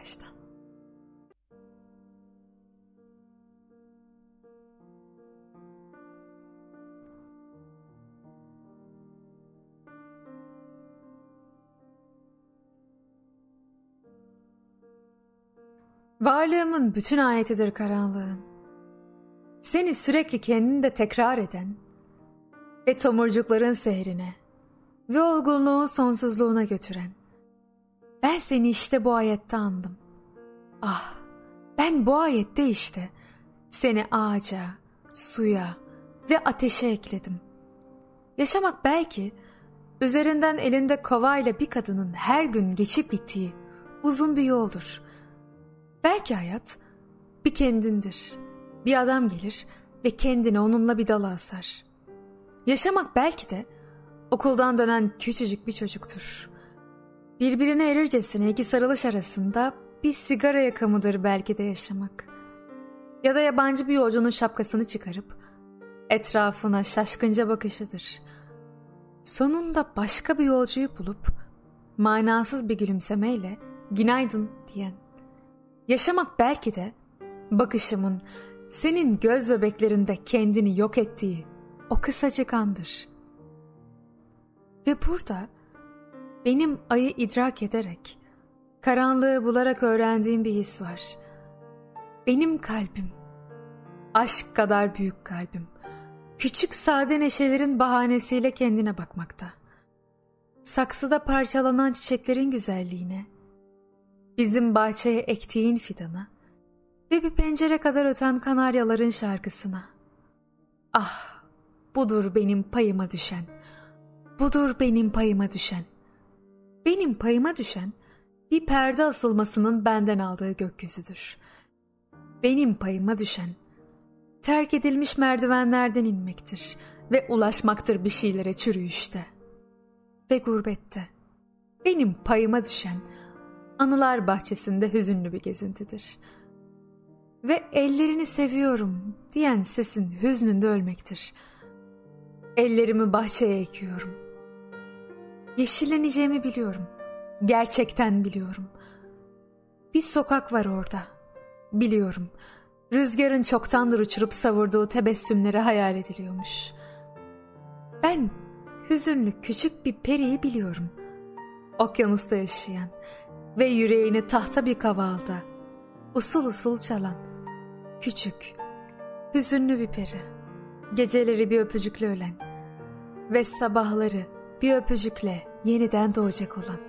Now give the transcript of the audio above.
baştan. Varlığımın bütün ayetidir karanlığın. Seni sürekli kendinde tekrar eden ve tomurcukların sehrine ve olgunluğun sonsuzluğuna götüren. Ben seni işte bu ayette andım. Ah, ben bu ayette işte seni ağaca, suya ve ateşe ekledim. Yaşamak belki üzerinden elinde kovayla bir kadının her gün geçip gittiği uzun bir yoldur. Belki hayat bir kendindir. Bir adam gelir ve kendini onunla bir dala asar. Yaşamak belki de okuldan dönen küçücük bir çocuktur. Birbirine erircesine iki sarılış arasında bir sigara yakamıdır belki de yaşamak. Ya da yabancı bir yolcunun şapkasını çıkarıp etrafına şaşkınca bakışıdır. Sonunda başka bir yolcuyu bulup manasız bir gülümsemeyle günaydın diyen. Yaşamak belki de bakışımın senin göz bebeklerinde kendini yok ettiği o kısacık andır. Ve burada benim ayı idrak ederek, karanlığı bularak öğrendiğim bir his var. Benim kalbim, aşk kadar büyük kalbim, küçük sade neşelerin bahanesiyle kendine bakmakta. Saksıda parçalanan çiçeklerin güzelliğine, bizim bahçeye ektiğin fidana ve bir pencere kadar öten kanaryaların şarkısına. Ah, budur benim payıma düşen, budur benim payıma düşen. Benim payıma düşen bir perde asılmasının benden aldığı gökyüzüdür. Benim payıma düşen terk edilmiş merdivenlerden inmektir ve ulaşmaktır bir şeylere çürüyüşte ve gurbette. Benim payıma düşen anılar bahçesinde hüzünlü bir gezintidir. Ve ellerini seviyorum diyen sesin hüznünde ölmektir. Ellerimi bahçeye ekiyorum. Yeşilleneceğimi biliyorum. Gerçekten biliyorum. Bir sokak var orada. Biliyorum. Rüzgarın çoktandır uçurup savurduğu tebessümleri hayal ediliyormuş. Ben hüzünlü küçük bir periyi biliyorum. Okyanusta yaşayan ve yüreğini tahta bir kavalda usul usul çalan küçük, hüzünlü bir peri. Geceleri bir öpücükle ölen ve sabahları bir öpücükle yeniden doğacak olan.